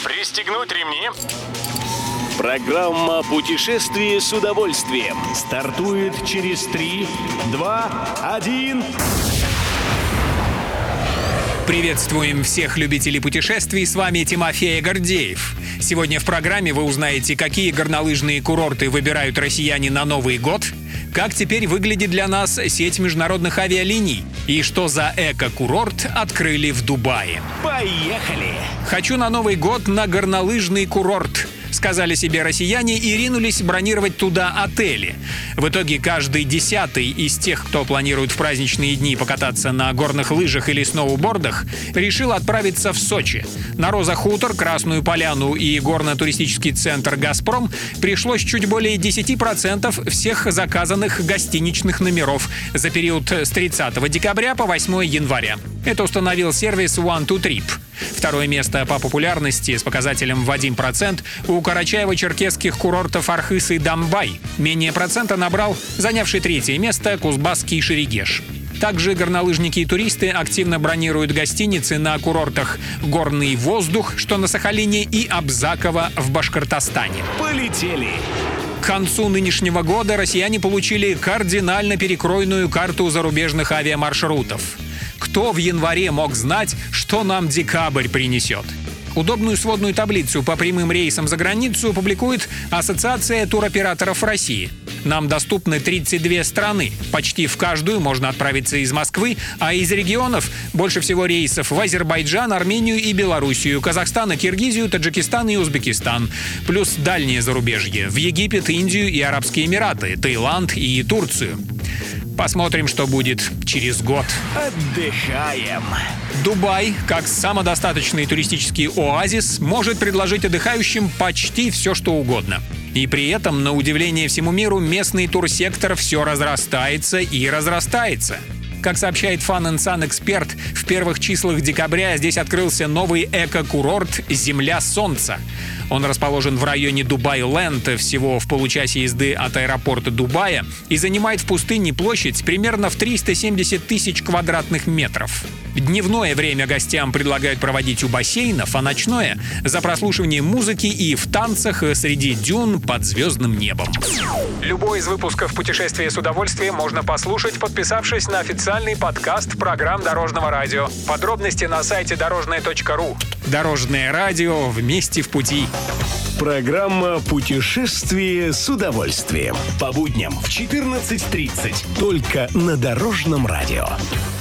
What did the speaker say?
Пристегнуть ремни. Программа «Путешествие с удовольствием» стартует через 3, 2, 1... Приветствуем всех любителей путешествий, с вами Тимофей Гордеев. Сегодня в программе вы узнаете, какие горнолыжные курорты выбирают россияне на Новый год, как теперь выглядит для нас сеть международных авиалиний и что за эко-курорт открыли в Дубае. Поехали! «Хочу на Новый год на горнолыжный курорт», сказали себе россияне и ринулись бронировать туда отели. В итоге каждый 10-й из тех, кто планирует в праздничные дни покататься на горных лыжах или сноубордах, решил отправиться в Сочи. На Роза-Хутор, Красную Поляну и горно-туристический центр «Газпром» пришлось чуть более 10% всех заказанных гостиничных номеров за период с 30 декабря по 8 января. Это установил сервис One2Trip. Второе место по популярности с показателем в 1% у карачаево-черкесских курортов Архыз и Домбай. Менее процента набрал занявший третье место Кузбасский Шерегеш. Также горнолыжники и туристы активно бронируют гостиницы на курортах «Горный воздух», что на Сахалине, и Абзаково в Башкортостане. Полетели! К концу нынешнего года россияне получили кардинально перекройную карту зарубежных авиамаршрутов. Кто в январе мог знать, что нам декабрь принесет? Удобную сводную таблицу по прямым рейсам за границу публикует Ассоциация туроператоров России. Нам доступны 32 страны. Почти в каждую можно отправиться из Москвы, а из регионов больше всего рейсов в Азербайджан, Армению и Белоруссию, Казахстан и Киргизию, Таджикистан и Узбекистан. Плюс дальнее зарубежье в Египет, Индию и Арабские Эмираты, Таиланд и Турцию. Посмотрим, что будет через год. Отдыхаем! Дубай, как самодостаточный туристический оазис, может предложить отдыхающим почти все, что угодно. И при этом, на удивление всему миру, местный турсектор все разрастается и разрастается. Как сообщает Fun & Sun Эксперт, в первых числах декабря здесь открылся новый эко-курорт «Земля Солнца». Он расположен в районе Дубай-Ленд, всего в получасе езды от аэропорта Дубая, и занимает в пустыне площадь примерно в 370 тысяч квадратных метров. Дневное время гостям предлагают проводить у бассейнов, а ночное — за прослушиванием музыки и в танцах среди дюн под звездным небом. Любой из выпусков «Путешествия с удовольствием» можно послушать, подписавшись на официальный подкаст программ Дорожного радио. Подробности на сайте дорожное.ру. Дорожное радио, вместе в пути. Программа «Путешествие с удовольствием». По будням в 14:30. Только на Дорожном радио.